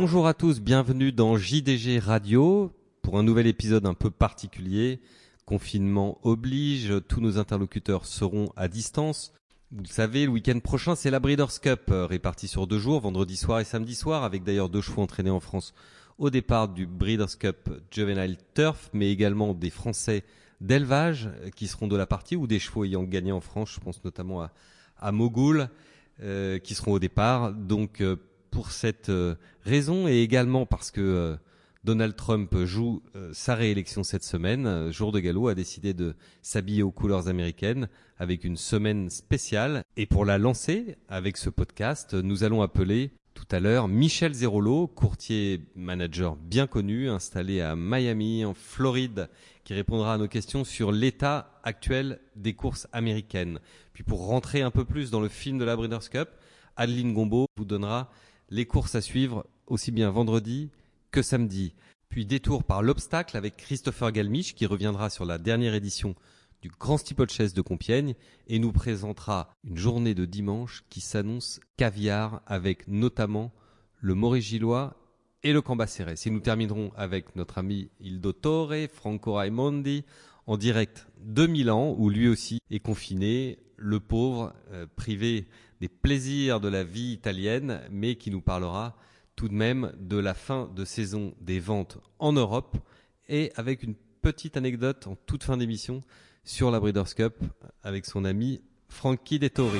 Bonjour à tous, bienvenue dans JDG Radio pour un nouvel épisode un peu particulier. Confinement oblige, tous nos interlocuteurs seront à distance. Vous le savez, le week-end prochain, c'est la Breeders' Cup, répartie sur 2 jours, vendredi soir et samedi soir, avec d'ailleurs 2 chevaux entraînés en France au départ du Breeders' Cup Juvenile Turf, mais également des Français d'élevage qui seront de la partie, ou des chevaux ayant gagné en France, je pense notamment à Mogul, qui seront au départ. Donc, pour cette raison, et également parce que Donald Trump joue sa réélection cette semaine, Jour de Galop a décidé de s'habiller aux couleurs américaines avec une semaine spéciale. Et pour la lancer avec ce podcast, nous allons appeler tout à l'heure Michel Zerolo, courtier manager bien connu, installé à Miami, en Floride, qui répondra à nos questions sur l'état actuel des courses américaines. Puis pour rentrer un peu plus dans le film de la Breeders' Cup, Adeline Gombaud vous donnera les courses à suivre aussi bien vendredi que samedi. Puis détour par l'obstacle avec Christopher Galmiche qui reviendra sur la dernière édition du Grand Steeplechase de Compiègne et nous présentera une journée de dimanche qui s'annonce caviar avec notamment le Morigillois et le Cambacérès. Et nous terminerons avec notre ami Il Dottore, Franco Raimondi, en direct de Milan où lui aussi est confiné, le pauvre, privé des plaisirs de la vie italienne, mais qui nous parlera tout de même de la fin de saison des ventes en Europe et avec une petite anecdote en toute fin d'émission sur la Breeders' Cup avec son ami Frankie Dettori.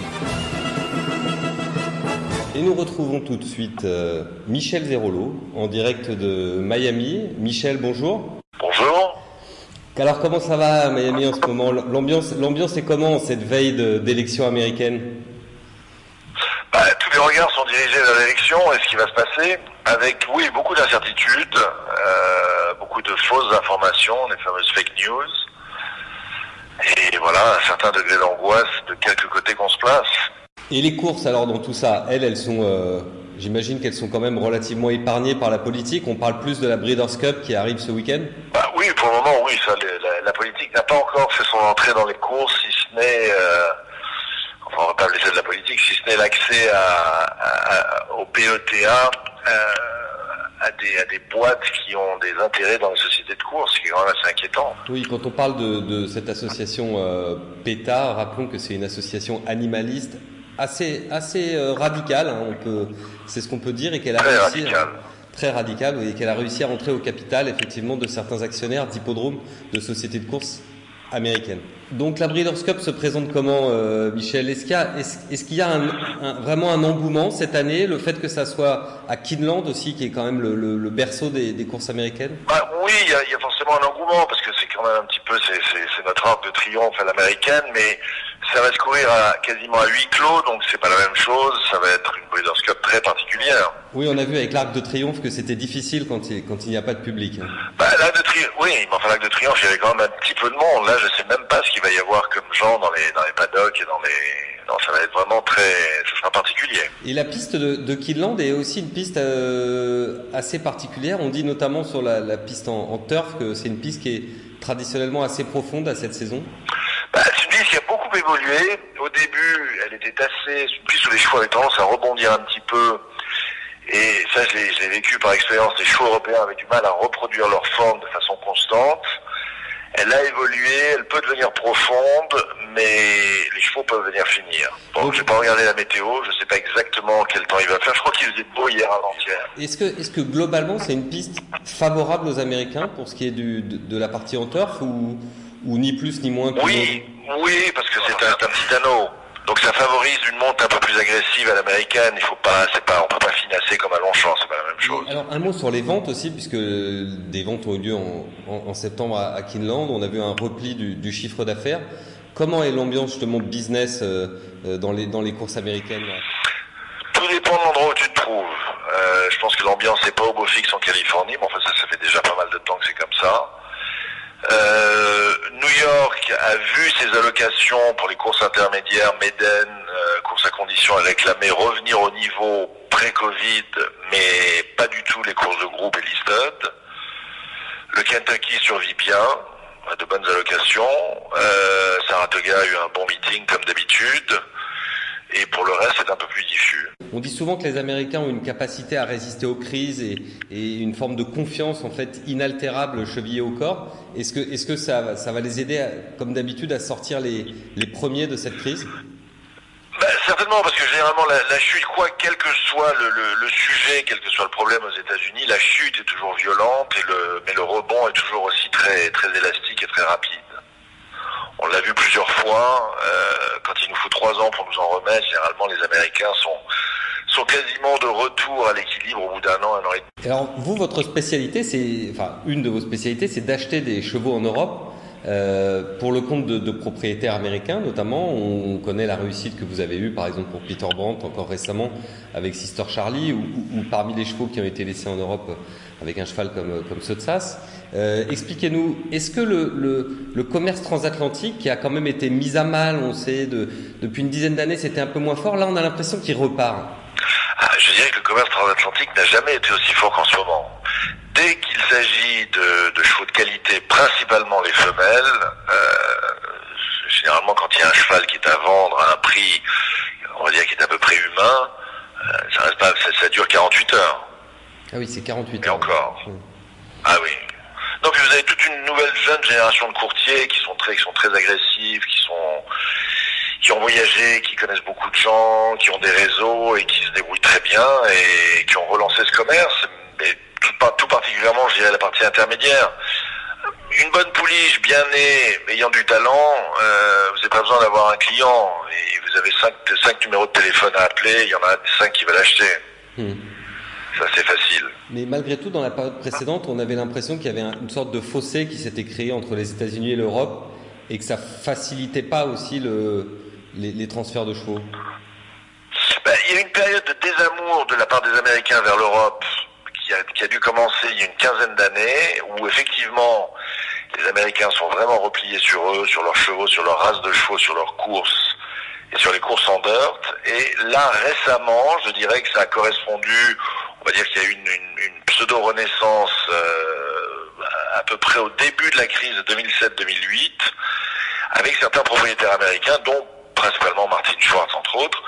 Et nous retrouvons tout de suite Michel Zerolo en direct de Miami. Michel, bonjour. Bonjour. Alors comment ça va à Miami en ce moment ? L'ambiance est comment cette veille d'élection américaine ? Tous les regards sont dirigés vers l'élection et ce qui va se passer avec, oui, beaucoup d'incertitudes, beaucoup de fausses informations, les fameuses fake news. Et voilà, un certain degré d'angoisse de quelque côté qu'on se place. Et les courses alors dans tout ça, elles sont, j'imagine qu'elles sont quand même relativement épargnées par la politique. On parle plus de la Breeders' Cup qui arrive ce week-end ? Oui, pour le moment, oui, ça, la politique n'a pas encore fait son entrée dans les courses, si ce n'est... on va pas laisser de la politique, si ce n'est l'accès au PETA, à des boîtes qui ont des intérêts dans les sociétés de course, ce qui est quand même assez inquiétant. Oui, quand on parle de cette association PETA, rappelons que c'est une association animaliste assez radicale, hein, c'est ce qu'on peut dire, et qu'elle a très radicale, et qu'elle a réussi à rentrer au capital effectivement de certains actionnaires d'hippodromes, de sociétés de course américaines. Donc la Breeders' Cup se présente comment, Michel ? Est-ce qu'il y a vraiment un engouement cette année, le fait que ça soit à Keeneland aussi, qui est quand même le berceau des courses américaines ? Oui, il y a forcément un engouement, parce que c'est quand même un petit peu, c'est notre arc de triomphe à l'américaine, mais ça va se courir quasiment à huis clos, donc c'est pas la même chose, ça va être une Breeders' Cup très particulière. Oui, on a vu avec l'Arc de Triomphe que c'était difficile quand il n'y a pas de public. L'Arc de Triomphe, oui, mais enfin l'Arc de Triomphe, il y avait quand même un petit peu de monde. Là, je sais même pas ce qu'il va y avoir comme gens dans les paddocks et non, ça va être vraiment ce sera particulier. Et la piste de Keeneland est aussi une piste assez particulière. On dit notamment sur la piste en turf que c'est une piste qui est traditionnellement assez profonde à cette saison. C'est une piste qui a beaucoup évolué. Au début, elle était c'est une piste où les chevaux avaient tendance à rebondir un petit peu. Et ça, je l'ai vécu par expérience. Les chevaux européens avaient du mal à reproduire leur forme de façon constante. Elle a évolué, elle peut devenir profonde, mais les chevaux peuvent venir finir. Bon, j'ai pas regardé la météo, je sais pas exactement quel temps il va faire. Je crois qu'il faisait beau hier avant-hier. Est-ce que globalement, c'est une piste favorable aux Américains pour ce qui est de la partie en turf ou ni plus ni moins que Oui, parce que c'est un petit anneau. Donc ça favorise une monte un peu plus agressive à l'américaine. On peut pas finasser comme à Longchamp, c'est pas la même chose. Alors un mot sur les ventes aussi, puisque des ventes ont eu lieu en septembre à Keeneland. On a vu un repli du chiffre d'affaires. Comment est l'ambiance justement business dans les courses américaines ? Tout dépend de l'endroit où tu te trouves. Je pense que l'ambiance n'est pas au beau fixe en Californie, mais enfin ça fait déjà pas mal de temps que c'est comme ça. New York a vu ses allocations pour les courses intermédiaires, Maiden, courses à condition réclamées, revenir au niveau pré-Covid, mais pas du tout les courses de groupe et listed. Le Kentucky survit bien, a de bonnes allocations. Saratoga a eu un bon meeting comme d'habitude. Et pour le reste, c'est un peu plus diffus. On dit souvent que les Américains ont une capacité à résister aux crises et une forme de confiance en fait inaltérable chevillée au corps. Est-ce que ça va les aider, comme d'habitude, à sortir les premiers de cette crise? Certainement, parce que généralement la chute, quel que soit le sujet, quel que soit le problème aux États-Unis, la chute est toujours violente, mais le rebond est toujours aussi très très élastique et très rapide. On l'a vu plusieurs fois. Quand il nous faut 3 ans pour nous en remettre, généralement les Américains sont quasiment de retour à l'équilibre au bout d'un an, 1 an et demi. Alors vous, votre spécialité, une de vos spécialités, c'est d'acheter des chevaux en Europe. Pour le compte de propriétaires américains notamment. On connaît la réussite que vous avez eue par exemple pour Peter Brandt encore récemment avec Sister Charlie ou parmi les chevaux qui ont été laissés en Europe avec un cheval comme Sotsas. Expliquez-nous, est-ce que le commerce transatlantique qui a quand même été mis à mal, on sait depuis une dizaine d'années c'était un peu moins fort, là on a l'impression qu'il repart? Je dirais que le commerce transatlantique n'a jamais été aussi fort qu'en ce moment. Dès qu'il s'agit de chevaux de qualité, principalement les femelles, généralement quand il y a un cheval qui est à vendre à un prix, on va dire qui est à peu près humain, ça reste pas, ça dure 48 heures. Ah oui, c'est 48 heures. Et encore. Ah oui. Donc vous avez toute une nouvelle jeune génération de courtiers qui sont très agressifs, qui ont voyagé, qui connaissent beaucoup de gens, qui ont des réseaux et qui se débrouillent très bien et qui ont relancé ce commerce. Mais tout particulièrement, je dirais, la partie intermédiaire. Une bonne pouliche, bien née, ayant du talent, vous n'avez pas besoin d'avoir un client. Et vous avez 5 numéros de téléphone à appeler, il y en a 5 qui veulent acheter. Ça, c'est facile. Mais malgré tout, dans la période précédente, on avait l'impression qu'il y avait une sorte de fossé qui s'était créé entre les États-Unis et l'Europe et que ça facilitait pas aussi les transferts de chevaux. Il y a eu une période de désamour de la part des Américains vers l'Europe qui a dû commencer il y a une quinzaine d'années, où effectivement les Américains sont vraiment repliés sur eux, sur leurs chevaux, sur leur race de chevaux, sur leurs courses et sur les courses en dirt. Et là, récemment, je dirais que ça a correspondu, on va dire qu'il y a eu une pseudo-renaissance à peu près au début de la crise de 2007-2008, avec certains propriétaires américains, dont principalement Martin Schwartz entre autres,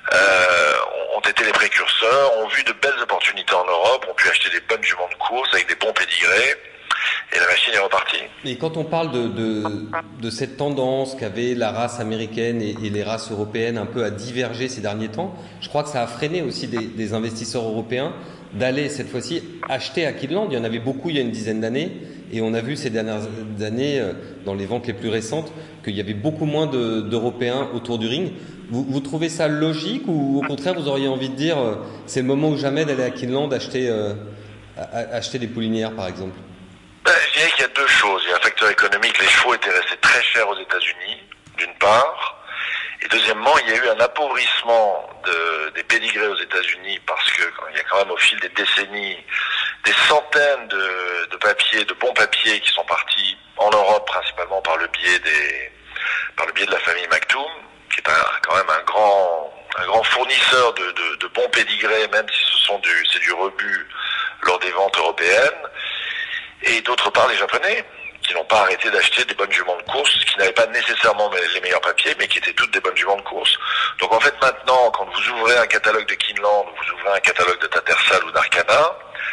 ont été les précurseurs, ont vu de belles opportunités en Europe, ont pu acheter des bonnes juments de course avec des bons pédigrés, et la machine est repartie. Et quand on parle de cette tendance qu'avait la race américaine et les races européennes un peu à diverger ces derniers temps, je crois que ça a freiné aussi des investisseurs européens d'aller cette fois-ci acheter à Keeneland. Il y en avait beaucoup il y a une dizaine d'années, et on a vu ces dernières années, dans les ventes les plus récentes, qu'il y avait beaucoup moins d'Européens autour du ring. Vous trouvez ça logique, ou au contraire vous auriez envie de dire c'est le moment ou jamais d'aller à Keeneland acheter des poulinières par exemple? Je dirais qu'il y a 2 choses. Il y a un facteur économique, les chevaux étaient restés très chers aux États-Unis, d'une part. Et deuxièmement, il y a eu un appauvrissement des pédigrés aux États-Unis parce que il y a quand même au fil des décennies des centaines de papiers, de bons papiers qui sont partis en Europe principalement par le biais de la famille Maktoum, qui est quand même un grand fournisseur de bons pédigrés, même si c'est du rebut lors des ventes européennes. Et d'autre part, les Japonais, qui n'ont pas arrêté d'acheter des bonnes juments de course, qui n'avaient pas nécessairement les meilleurs papiers, mais qui étaient toutes des bonnes juments de course. Donc en fait maintenant, quand vous ouvrez un catalogue de Keeneland, ou vous ouvrez un catalogue de Tattersall ou d'Arcana,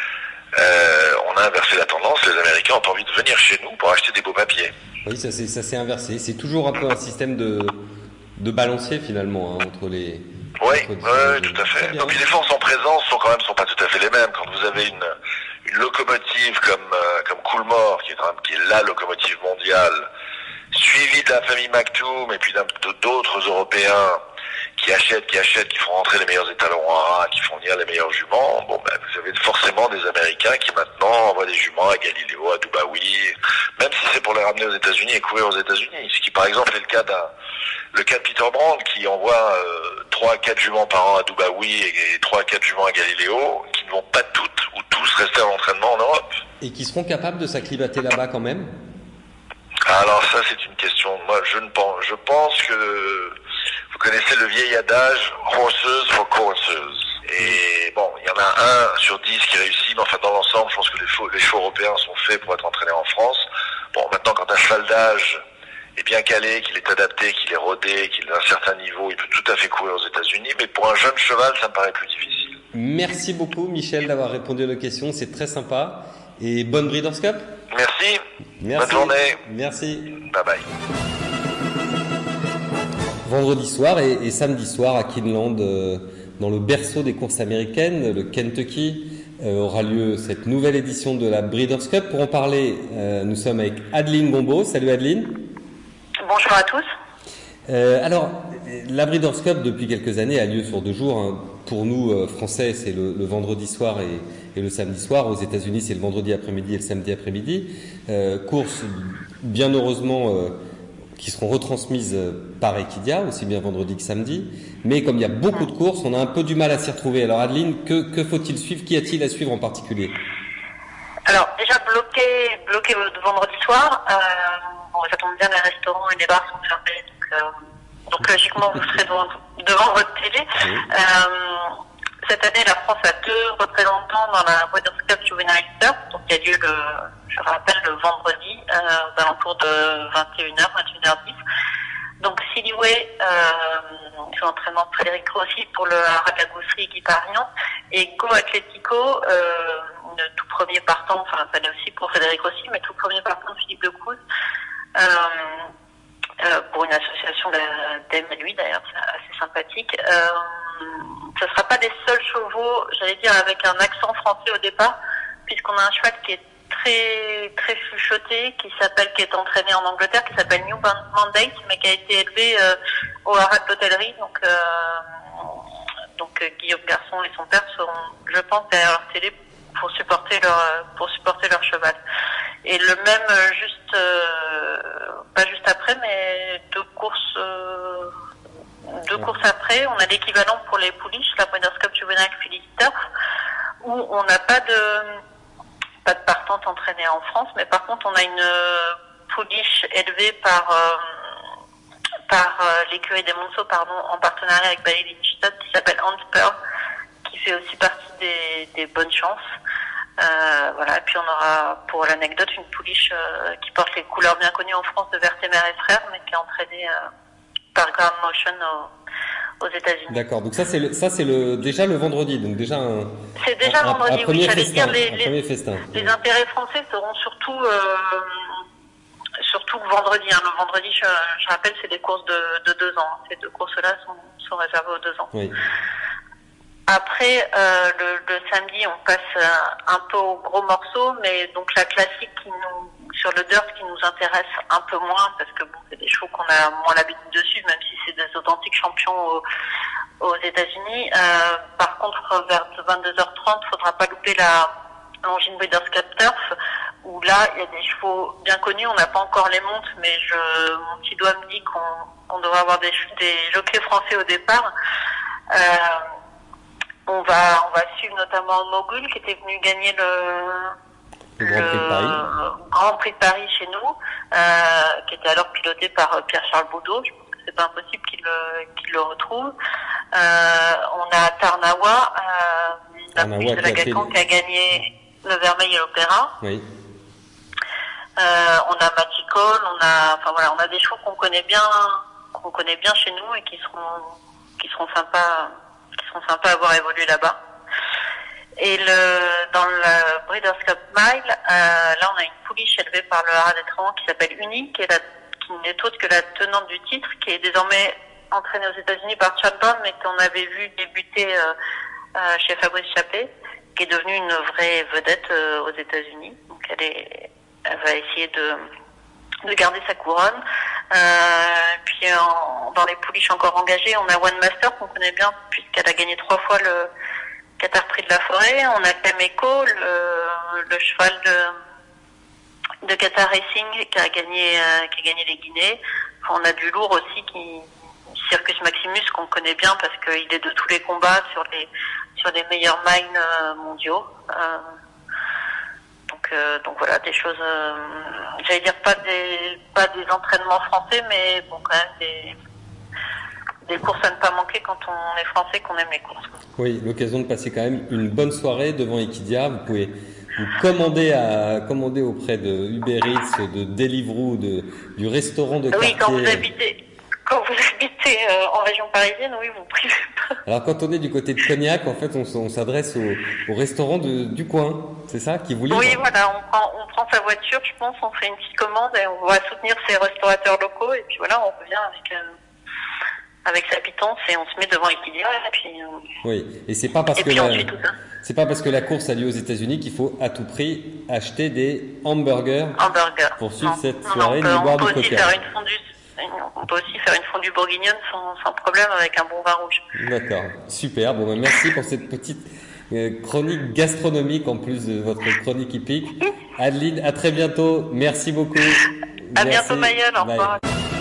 on a inversé la tendance, les Américains ont envie de venir chez nous pour acheter des beaux papiers. Oui, ça s'est inversé. C'est toujours un peu un système de balancier finalement entre les... Oui, tout à fait. Donc les forces en présence sont pas tout à fait les mêmes. Quand vous avez une locomotive comme Coolmore, qui est la locomotive mondiale, suivie de la famille Maktoum et puis d'autres Européens qui achètent, qui font rentrer les meilleurs étalons haras, qui font venir les meilleurs juments, vous avez forcément des Américains qui maintenant envoient des juments à Galileo, à Dubaï, même si c'est pour les ramener aux États-Unis et courir aux États-Unis. Ce qui par exemple est le cas de Peter Brandt qui envoie 3 à 4 juments par an à Dubaï et 3 à 4 juments à Galileo, qui ne vont pas toutes ou tous rester à l'entraînement en Europe. Et qui seront capables de s'acclimater là-bas quand même? Alors ça c'est une question. Moi je pense que vous connaissez le vieil adage horses for courses. Et bon, il y en a 1 sur 10 qui réussit, mais enfin dans l'ensemble, je pense que les chevaux européens sont faits pour être entraînés en France. Bon, maintenant quand un cheval d'âge est bien calé, qu'il est adapté, qu'il est rodé, qu'il a un certain niveau, il peut tout à fait courir aux États-Unis. Mais pour un jeune cheval, ça me paraît plus difficile. Merci beaucoup, Michel, d'avoir répondu à nos questions. C'est très sympa. Et bonne Breeders' Cup. Merci. Merci. Bonne journée. Merci. Bye bye. Vendredi soir et samedi soir à Keeneland, dans le berceau des courses américaines, le Kentucky, aura lieu cette nouvelle édition de la Breeders' Cup. Pour en parler, nous sommes avec Adeline Gombeau. Salut Adeline. Bonjour à tous. Alors, la Breeders' Cup, depuis quelques années, a lieu sur 2 jours. Hein. Pour nous, Français, c'est le vendredi soir et le samedi soir. Aux États-Unis, c'est le vendredi après-midi et le samedi après-midi. Courses, bien heureusement, qui seront retransmises par Equidia, aussi bien vendredi que samedi. Mais comme il y a beaucoup de courses, on a un peu du mal à s'y retrouver. Alors Adeline, que faut-il suivre? Qu'y a-t-il à suivre en particulier? Alors déjà bloqué le vendredi soir. Ça tombe bien, les restaurants et les bars sont fermés, donc logiquement vous serez devant votre télé. Oui. Cette année, la France a 2 représentants dans la Breeders' Cup Juvenile Turf, donc il y a lieu je rappelle, le vendredi, aux alentours de 21h, 21h10. Donc Silhouette, c'est l'entraînement de Frédéric Rossi pour le Haras de la Gousserie équipe Arion, et Go Atlético, le tout premier partant, enfin ça l'est aussi pour Frédéric Rossi, mais tout premier partant de Philippe Decrouz, pour une association d'AIM à lui d'ailleurs, c'est assez sympathique. Ce ne sera pas des seuls chevaux, j'allais dire avec un accent français au départ, puisqu'on a un cheval qui est très très chuchoté, qui est entraîné en Angleterre, qui s'appelle New Mandate, mais qui a été élevé au haras de l'hôtellerie. Donc Guillaume Garçon et son père seront, je pense, derrière leur télé pour supporter leur cheval. Et le même pas juste après, mais 2 courses après, on a l'équivalent pour les pouliches, la Breeders' Cup Juvenile Phillies Turf, où on n'a pas de partante entraînée en France, mais par contre on a une pouliche élevée par l'écurie des Monceaux, en partenariat avec Bailey Lichtenstein, qui s'appelle Hans Pearl, qui fait aussi partie des bonnes chances. Voilà. Et puis on aura, pour l'anecdote, une pouliche qui porte les couleurs bien connues en France de Vertemer et Frères, mais qui est entraînée par Grand Motion aux États-Unis. D'accord. Donc ça c'est déjà le vendredi. Donc déjà c'est déjà vendredi. Un premier festin. Les intérêts français seront surtout le vendredi. Hein. Le vendredi, je rappelle, c'est des courses de 2 ans. Ces 2 courses-là sont réservées aux 2 ans. Oui. Après, le samedi, on passe un peu au gros morceau, mais donc la classique sur le dirt qui nous intéresse un peu moins, parce que bon, c'est des chevaux qu'on a moins l'habitude de suivre, même si c'est des authentiques champions aux États-Unis. Par contre, vers 22h30, faudra pas louper la Longines Breeders' Cup Turf, où là, il y a des chevaux bien connus. On n'a pas encore les montes, mais mon petit doigt me dit qu'on devrait avoir des jockeys français au départ. On va suivre notamment Mogul, qui était venu gagner le Grand Prix de Paris chez nous, qui était alors piloté par Pierre-Charles Boudot. Je pense que c'est pas impossible qu'il le retrouve. On a Tarnawa, la pouliche de la Gacan, qui a gagné le Vermeil et l'Opéra. Oui. On a Maticol, on a des chevaux qu'on connaît bien chez nous et qui seront sympas à voir évoluer là-bas. Et dans le Breeders' Cup Mile, là on a une pouliche élevée par le Haras d'Étremont qui s'appelle Uni, qui n'est autre que la tenante du titre, qui est désormais entraînée aux États-Unis par Chad Brown, mais qu'on avait vu débuter chez Fabrice Chappé, qui est devenue une vraie vedette aux États-Unis. Donc elle va essayer de garder sa couronne. Puis dans les pouliches encore engagées, on a One Master qu'on connaît bien puisqu'elle a gagné 3 fois le Qatar Prix de la Forêt. On a Cameco, le cheval de Qatar Racing qui a gagné les Guinées. On a du lourd aussi Circus Maximus qu'on connaît bien parce qu'il est de tous les combats sur les meilleurs mines mondiaux. Donc voilà, des choses, j'allais dire pas des entraînements français, mais bon, quand même des courses à ne pas manquer quand on est français, qu'on aime les courses. Oui, l'occasion de passer quand même une bonne soirée devant Equidia. Vous pouvez vous commandez auprès de Uber Eats, de Deliveroo, du restaurant de quartier. Oui, quand vous habitez en région parisienne, oui, vous privez pas. Alors quand on est du côté de Cognac, en fait, on s'adresse au restaurant du coin, c'est ça, qui vous livre? Oui, voilà, on prend sa voiture, je pense, on fait une petite commande et on va soutenir ces restaurateurs locaux et puis voilà, on revient avec sa pitance et on se met devant Equidia et puis. Oui, et c'est pas parce que la course a lieu aux États-Unis qu'il faut à tout prix acheter des hamburgers. Pour suivre cette soirée ni boire du coca. On peut aussi faire une fondue bourguignonne sans problème avec un bon vin rouge. D'accord, super. Bon, ben merci pour cette petite chronique gastronomique en plus de votre chronique hippique. Adeline, à très bientôt. Merci beaucoup. À bientôt, Mayol. Au revoir.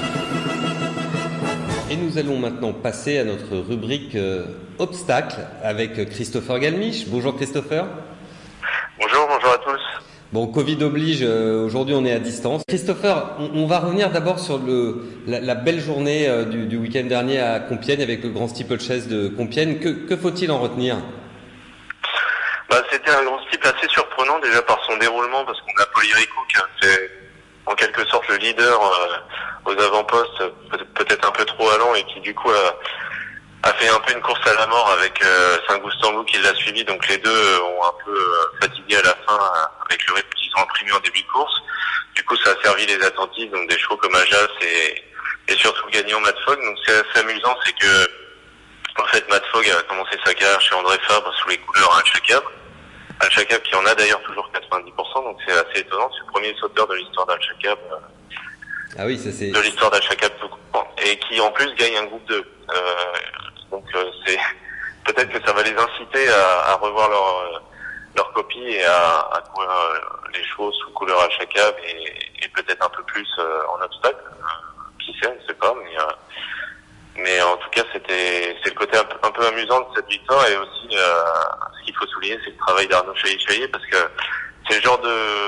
Et nous allons maintenant passer à notre rubrique obstacles avec Christopher Galmiche. Bonjour Christopher. Bonjour à tous. Bon, Covid oblige, aujourd'hui on est à distance. Christopher, on va revenir d'abord sur la belle journée du week-end dernier à Compiègne avec le grand steeplechase de Compiègne. Que faut-il en retenir? C'était un grand steeple assez surprenant déjà par son déroulement parce qu'on a Polyrico qui a fait en quelque sorte le leader aux avant-postes, peut-être un peu trop allant et qui du coup a fait un peu une course à la mort avec Saint-Goustangou qui l'a suivi, donc les deux ont un peu fatigué à la fin avec le rythme qu'ils ont imprimé en début de course. Du coup ça a servi les attentifs, donc des chevaux comme Ajas et surtout le gagnant Matt Fogg. Donc c'est assez amusant, c'est que en fait Matt Fogg a commencé sa carrière chez André Fabre sous les couleurs Al-Shakab qui en a d'ailleurs toujours 90%, donc c'est assez étonnant, c'est le premier sauteur de l'histoire d'Al-Shakab. Ah oui, ça c'est... De l'histoire d'Al-Shakab tout court. Et qui en plus gagne un groupe 2. Donc c'est peut-être que ça va les inciter à revoir leur copie et à courir les chevaux sous couleur Al-Shakab et peut-être un peu plus en obstacle. Qui sait, on ne sait pas, mais en tout cas c'est le côté un peu amusant de cette victoire et aussi ce qu'il faut souligner c'est le travail d'Arnaud Chaillet parce que c'est le genre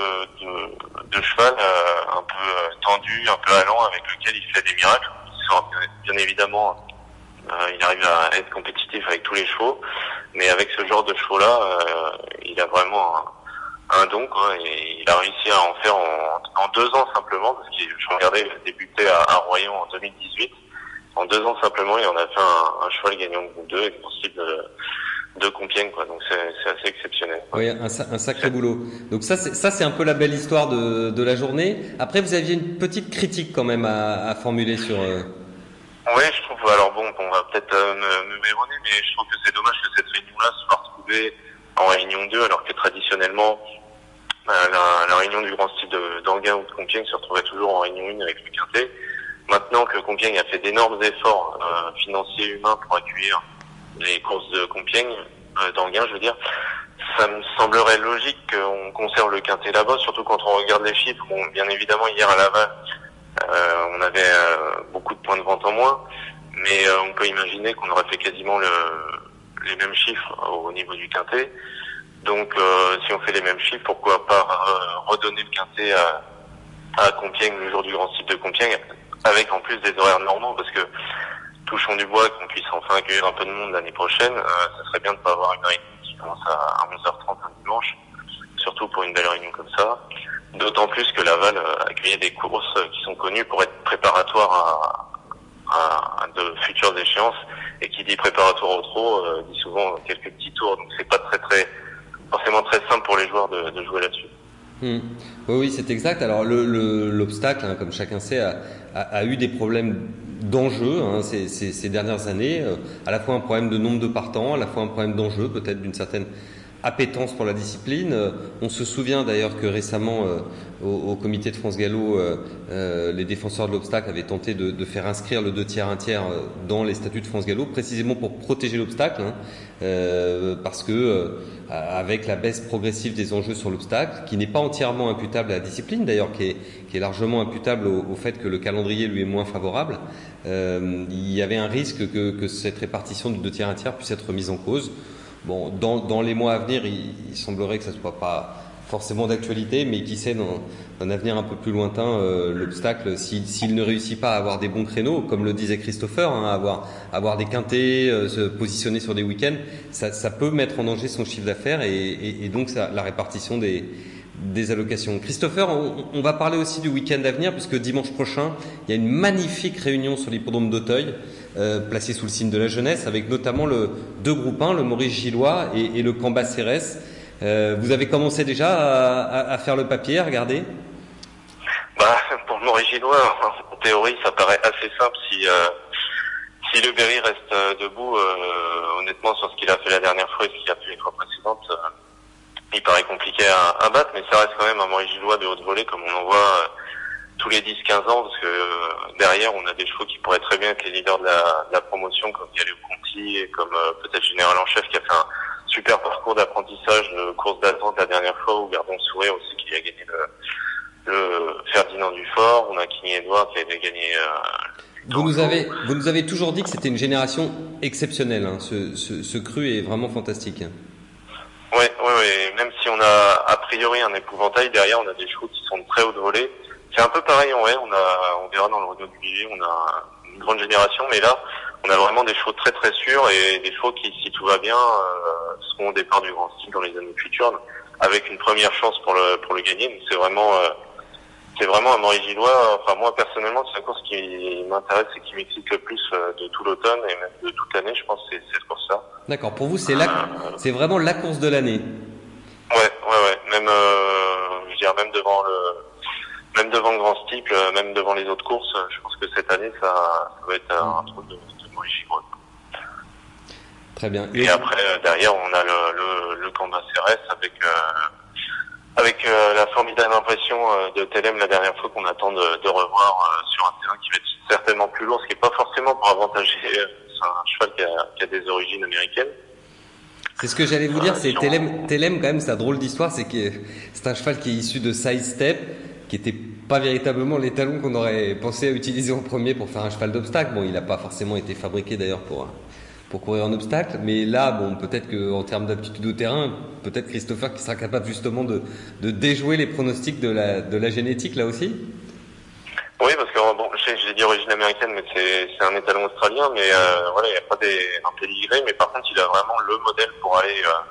de cheval un peu tendu, un peu allant avec lequel il fait des miracles. Bien évidemment il arrive à être compétitif avec tous les chevaux, mais avec ce genre de chevaux-là, il a vraiment un don, quoi, et il a réussi à en faire en 2 ans simplement, parce que je regardais, il a débuté à Royan en 2018. En 2 ans simplement, il en a fait un cheval gagnant de groupe 2 avec un style de Compiègne, quoi. Donc c'est assez exceptionnel. Oui, un sacré boulot. Donc ça c'est un peu la belle histoire de la journée. Après, vous aviez une petite critique quand même à formuler sur. Oui, je trouve. Alors bon, on va peut-être me méronner, mais je trouve que c'est dommage que cette réunion-là soit retrouvée en réunion 2, alors que traditionnellement la réunion du grand style d'Anguin ou de Compiègne se retrouvait toujours en réunion 1 avec le Quintet. Maintenant que Compiègne a fait d'énormes efforts financiers et humains pour accueillir les courses de Compiègne, d'Anguin je veux dire, ça me semblerait logique qu'on conserve le Quintet là-bas, surtout quand on regarde les chiffres. Bon, bien évidemment hier à Laval, on avait beaucoup de points de vente en moins, mais on peut imaginer qu'on aurait fait quasiment les mêmes chiffres au niveau du Quintet. Donc si on fait les mêmes chiffres, pourquoi pas redonner le Quintet à Compiègne le jour du grand style de Compiègne, avec en plus des horaires normaux, parce que touchons du bois, qu'on puisse enfin accueillir un peu de monde l'année prochaine. Ça serait bien de ne pas avoir une réunion qui commence à 11h30 un dimanche, surtout pour une belle réunion comme ça. D'autant plus que Laval accueillait des courses qui sont connues pour être préparatoires à de futures échéances, et qui dit préparatoire au trot dit souvent quelques petits tours, donc c'est pas forcément très simple pour les joueurs de jouer là-dessus. Oui, c'est exact. Alors l'obstacle, hein, comme chacun sait, a eu des problèmes d'enjeu ces dernières années, à la fois un problème de nombre de partants, à la fois un problème d'enjeu, peut-être d'une certaine appétence pour la discipline. On se souvient d'ailleurs que récemment au comité de France Gallo, les défenseurs de l'obstacle avaient tenté de faire inscrire le 2 tiers 1 tiers dans les statuts de France Gallo, précisément pour protéger l'obstacle, parce que avec la baisse progressive des enjeux sur l'obstacle, qui n'est pas entièrement imputable à la discipline d'ailleurs, qui est largement imputable au fait que le calendrier lui est moins favorable, il y avait un risque que cette répartition du 2 tiers 1 tiers puisse être mise en cause. Bon, dans les mois à venir, il semblerait que ça soit pas forcément d'actualité, mais qui sait dans un avenir un peu plus lointain, l'obstacle, s'il ne réussit pas à avoir des bons créneaux, comme le disait Christopher, avoir des quintés, se positionner sur des week-ends, ça peut mettre en danger son chiffre d'affaires et donc la répartition des allocations. Christopher, on va parler aussi du week-end à venir, puisque dimanche prochain, il y a une magnifique réunion sur l'hippodrome d'Auteuil, placée sous le signe de la jeunesse, avec notamment deux groupes 1, le Maurice Gillois et le Cambas Cérès. Vous avez commencé déjà à faire le papier, à regarder? Pour le Maurice Gillois, en théorie, ça paraît assez simple si le Berry reste debout, honnêtement, sur ce qu'il a fait la dernière fois et ce qu'il a fait les fois précédentes, il paraît compliqué à battre, mais ça reste quand même un Maurice Gillois de haute volée, comme on en voit tous les 10-15 ans, parce que derrière, on a des chevaux qui pourraient très bien être les leaders de la promotion, comme Galeo Conti, et comme peut-être Général en Chef, qui a fait un super parcours d'apprentissage de course d'attente la dernière fois, ou Gardon Souré aussi, qui a gagné le Ferdinand Dufort. On a King Edward qui avait gagné vous nous avez toujours dit que c'était une génération exceptionnelle, hein. Ce cru est vraiment fantastique. Ouais, même si on a a priori un épouvantail, derrière on a des chevaux qui sont de très haute volée. C'est un peu pareil en vrai, on verra dans le Renault du Billet, on a une grande génération, mais là on a vraiment des chevaux très très sûrs et des chevaux qui, si tout va bien, seront au départ du grand style dans les années futures, avec une première chance pour le gagner. Donc c'est vraiment un Maurice Gillois. Enfin, moi personnellement, c'est la course qui m'intéresse et qui m'excite le plus de tout l'automne et même de toute l'année. Je pense que c'est cette course-là. D'accord. Pour vous, c'est vraiment la course de l'année. Ouais. Même, je veux dire, même devant le grand steeple, même devant les autres courses, je pense que cette année, ça va être un truc de Maurice Gillois. Très bien. Et après, derrière, on a le Cambas Cérès avec la formidable impression de Telem la dernière fois qu'on attend de revoir sur un terrain qui va être certainement plus lourd, ce qui n'est pas forcément pour avantager. C'est un cheval qui a des origines américaines. C'est ce que j'allais vous dire, c'est Telem quand même, c'est une drôle d'histoire, c'est un cheval qui est issu de Side Step, qui était pas véritablement les talons qu'on aurait pensé à utiliser en premier pour faire un cheval d'obstacle. Bon, il n'a pas forcément été fabriqué d'ailleurs pour courir en obstacle, mais là, bon, peut-être qu'en termes d'aptitude au terrain, peut-être Christopher qui sera capable justement de déjouer les pronostics de la génétique là aussi. Oui, parce que bon, j'ai dit origine américaine, mais c'est un étalon australien, mais voilà, il n'y a pas un pédigré, mais par contre, il a vraiment le modèle pour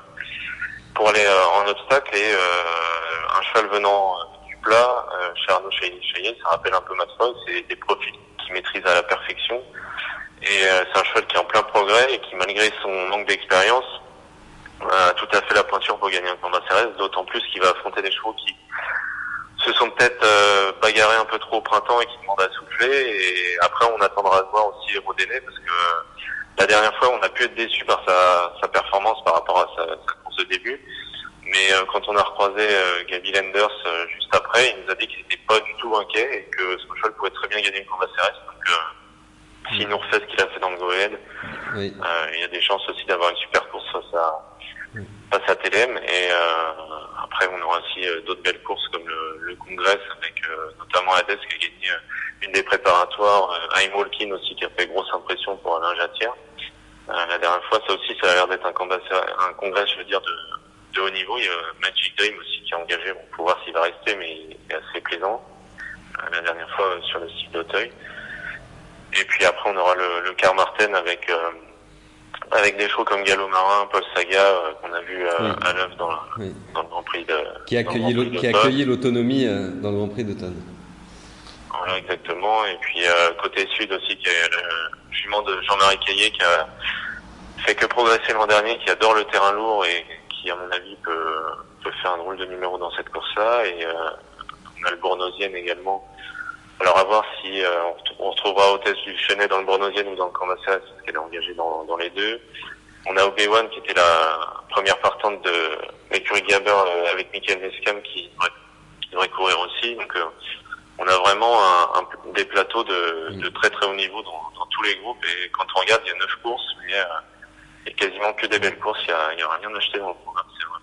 aller en obstacle et un cheval venant du plat, chez Arnaud Chaillet, ça rappelle un peu Matfog, c'est des profils qu'il maîtrise à la perfection. Et c'est un cheval qui est en plein progrès et qui, malgré son manque d'expérience, a tout à fait la pointure pour gagner un Cambas Cérès, d'autant plus qu'il va affronter des chevaux qui se sont peut-être bagarrés un peu trop au printemps et qui demandent à souffler. Et après, on attendra de voir aussi Rodéné, parce que la dernière fois, on a pu être déçu par sa performance par rapport à sa course de début. Mais quand on a recroisé Gaby Lenders juste après, il nous a dit qu'il n'était pas du tout inquiet et que ce cheval pouvait très bien gagner une Cambas Cérès. Donc, s'il nous refait ce qu'il a fait dans le Go-Ahead, oui. Il y a des chances aussi d'avoir une super course face à Telem. Et après, on aura aussi d'autres belles courses comme le Congrès, avec notamment Hades qui a gagné une des préparatoires, I'm Walkin aussi qui a fait grosse impression pour Alain Jatière. La dernière fois, ça aussi, ça a l'air d'être un congrès, je veux dire, de haut niveau. Il y a Magic Dream aussi qui est engagé. Bon, faut voir s'il va rester, mais il est assez plaisant. La dernière fois sur le site d'Auteuil. Et puis après, on aura le Carmarthen avec des chevaux comme Gallo Marin, Paul Saga, qu'on a vu à l'œuvre dans le Grand Prix qui a accueilli l'autonomie dans le Grand Prix d'automne. Voilà, exactement. Et puis côté sud aussi, qui est le jument de Jean-Marie Caillé, qui a fait que progresser l'an dernier, qui adore le terrain lourd et qui, à mon avis, peut faire un drôle de numéro dans cette course-là. Et on a le Bournosienne également. Alors à voir si on retrouvera Hôtesse du Chenet dans le Bournosienne ou dans le Cambas Cérès, parce qu'elle est engagée dans les deux. On a Obi-Wan qui était la première partante de l'écurie Gabber avec Michael Nescam qui devrait courir aussi. Donc on a vraiment des plateaux de très très haut niveau dans tous les groupes. Et quand on regarde, il y a 9 courses, mais il y a quasiment que des belles courses. Il y a rien acheté dans le programme. C'est vraiment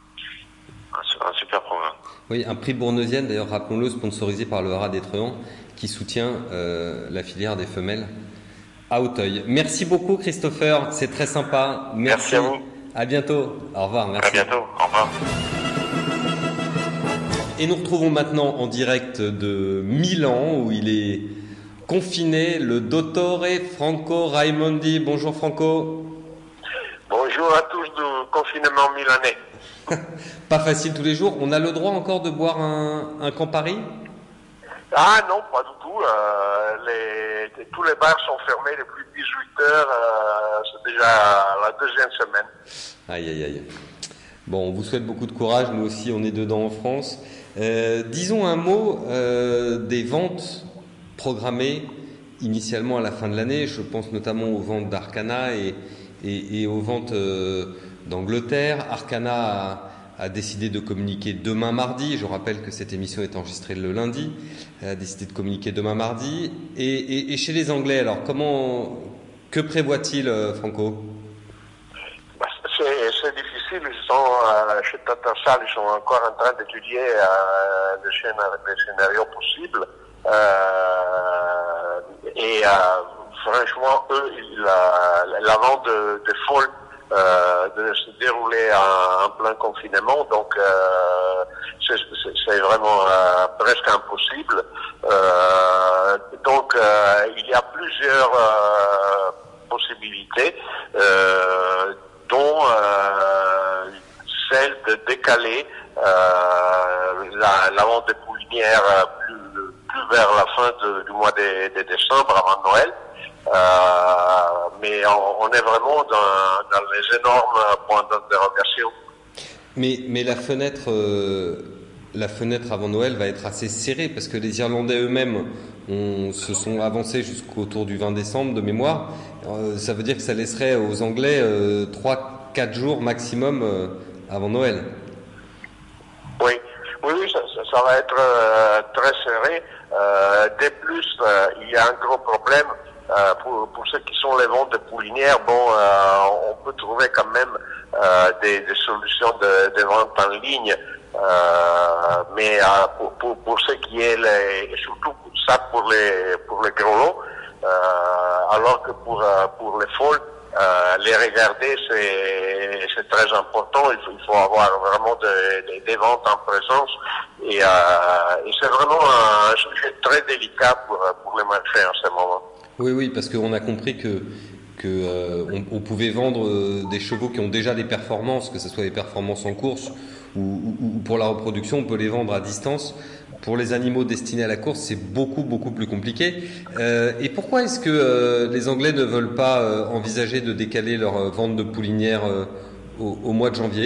un super programme. Oui, un prix Bournosienne, d'ailleurs, rappelons-le, sponsorisé par le Haras des Truands, qui soutient la filière des femelles à Auteuil. Merci beaucoup, Christopher. C'est très sympa. Merci à vous. À bientôt. Au revoir. Merci. À bientôt. Au revoir. Et nous retrouvons maintenant en direct de Milan où il est confiné le dottore Franco Raimondi. Bonjour Franco. Bonjour à tous du confinement milanais. Pas facile tous les jours. On a le droit encore de boire un Campari ? Ah non, pas du tout. Tous les bars sont fermés depuis 18 heures. C'est déjà la deuxième semaine. Aïe, aïe, aïe. Bon, on vous souhaite beaucoup de courage. Nous aussi, on est dedans en France. Disons un mot des ventes programmées initialement à la fin de l'année. Je pense notamment aux ventes d'Arcana et aux ventes d'Angleterre. Arcana a décidé de communiquer demain mardi. Je rappelle que cette émission est enregistrée le lundi. Elle a décidé de communiquer demain mardi. Et chez les Anglais, alors que prévoit-il, Franco ? C'est difficile. Ils sont chez Tatasal, ils sont encore en train d'étudier les scénarios possibles. Franchement, eux, la vente de Fall de se dérouler en plein confinement, donc c'est vraiment presque impossible. Donc il y a plusieurs possibilités, dont celle de décaler la vente des poulinières plus vers la fin du mois de décembre, avant Noël. Mais on est vraiment dans les énormes points d'interrogation. Mais la fenêtre avant Noël va être assez serrée parce que les Irlandais eux-mêmes se sont avancés jusqu'autour du 20 décembre de mémoire. Ça veut dire que ça laisserait aux Anglais 3-4 jours maximum avant Noël. Oui, ça va être très serré. De plus, il y a un gros problème. Pour ceux qui sont les ventes de poulinières, on peut trouver quand même des solutions de vente en ligne, mais pour ce qui est et surtout ça pour les gros lots, alors que pour les folles, les regarder c'est très important. Il faut avoir vraiment des ventes en présence et c'est vraiment un sujet très délicat pour les marchés en ce moment. Oui, parce qu'on a compris que on pouvait vendre des chevaux qui ont déjà des performances, que ce soit des performances en course ou pour la reproduction, on peut les vendre à distance. Pour les animaux destinés à la course, c'est beaucoup plus compliqué. Et pourquoi est-ce que les Anglais ne veulent pas envisager de décaler leur vente de poulinières au mois de janvier ?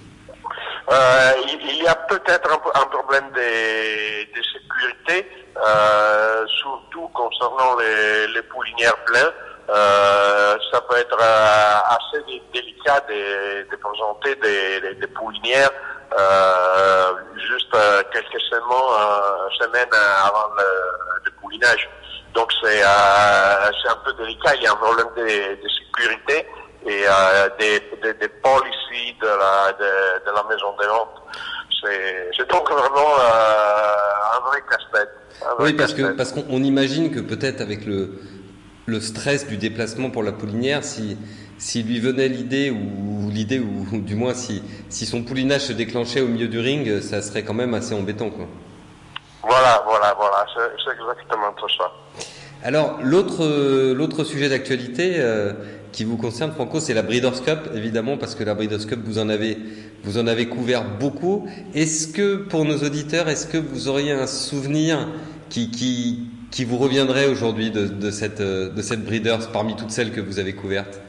Il y a peut-être un problème de sécurité, surtout concernant les poulinières pleines. Ça peut être assez délicat de présenter des poulinières juste quelques semaines avant le poulinage. Donc c'est un peu délicat. Il y a un problème de sécurité et des policies de la maison de vente. C'est donc vraiment un vrai casse-tête. Oui, parce qu'on imagine que peut-être avec le stress du déplacement pour la poulinière, si lui venait l'idée ou du moins si son poulinage se déclenchait au milieu du ring, ça serait quand même assez embêtant, quoi. Voilà, c'est exactement tout ça. Alors l'autre sujet d'actualité qui vous concerne, Franco, c'est la Breeders' Cup, évidemment, parce que la Breeders' Cup vous en avez couvert beaucoup. Est-ce que pour nos auditeurs, vous auriez un souvenir qui vous reviendrait aujourd'hui de cette Breeders parmi toutes celles que vous avez couvertes?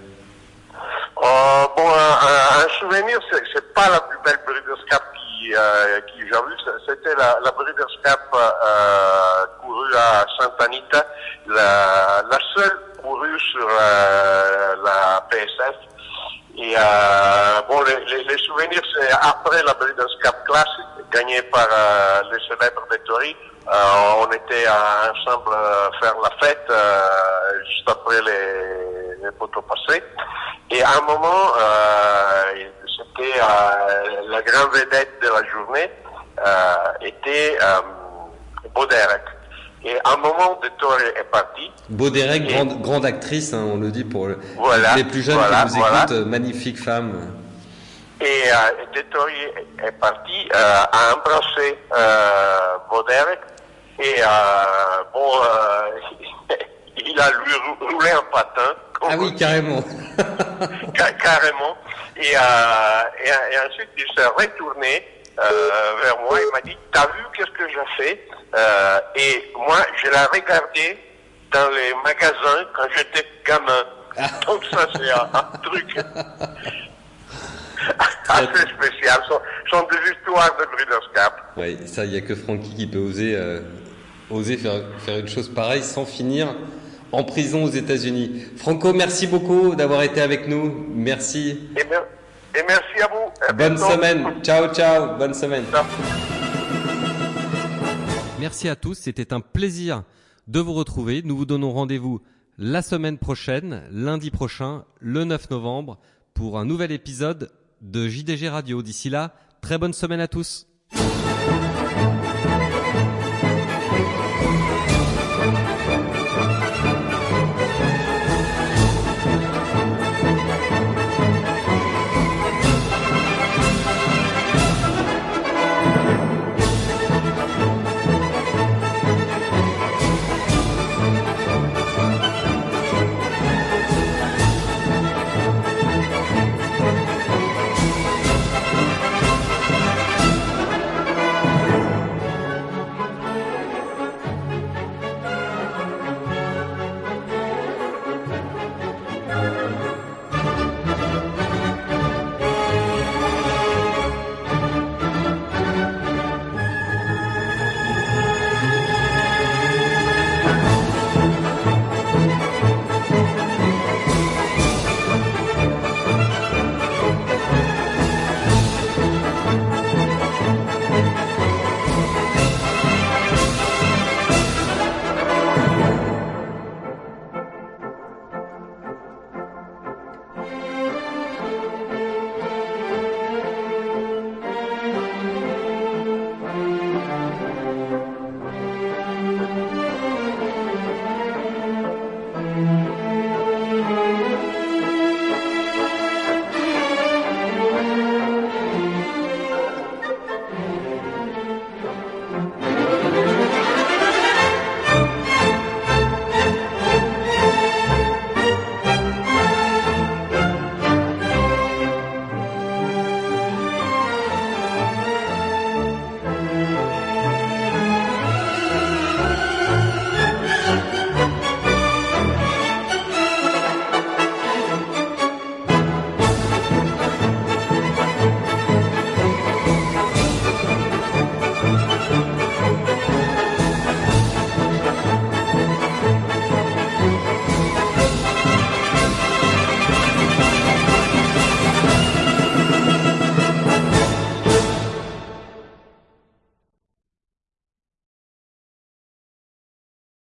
Un souvenir, c'est pas la plus belle Breeders' Cup qui j'ai vue. C'était la Breeders' Cup courue à Santa Anita, la seule courue sur la PSF. Et les souvenirs, c'est après la Breeders' Cup classique gagnée par les célèbres Vettori. On était ensemble faire la fête juste après les poteaux passés. Et à un moment, c'était la grande vedette de la journée était Boderek. Et à un moment, Vettori est parti. Boderek, grande actrice, hein, on le dit pour les plus jeunes qui nous écoutent, magnifique femme. Et Dettori est parti, a embrassé Boderek et il a lui roulé un patin. Ah oui, carrément. Carrément. Et ensuite, il s'est retourné vers moi. Il m'a dit, t'as vu qu'est-ce que j'ai fait? Et moi, je l'ai regardé dans les magasins quand j'étais gamin. Donc ça, c'est un truc assez spécial. Ce sont des histoires de Breeders' Cup. Oui, ça, il n'y a que Francky qui peut oser faire une chose pareille sans finir en prison aux États-Unis. Franco, merci beaucoup d'avoir été avec nous. Merci. Et merci à vous. Bonne semaine. Ciao, ciao. Bonne semaine. Ciao. Merci à tous. C'était un plaisir de vous retrouver. Nous vous donnons rendez-vous la semaine prochaine, lundi prochain, le 9 novembre, pour un nouvel épisode de JDG Radio. D'ici là, très bonne semaine à tous.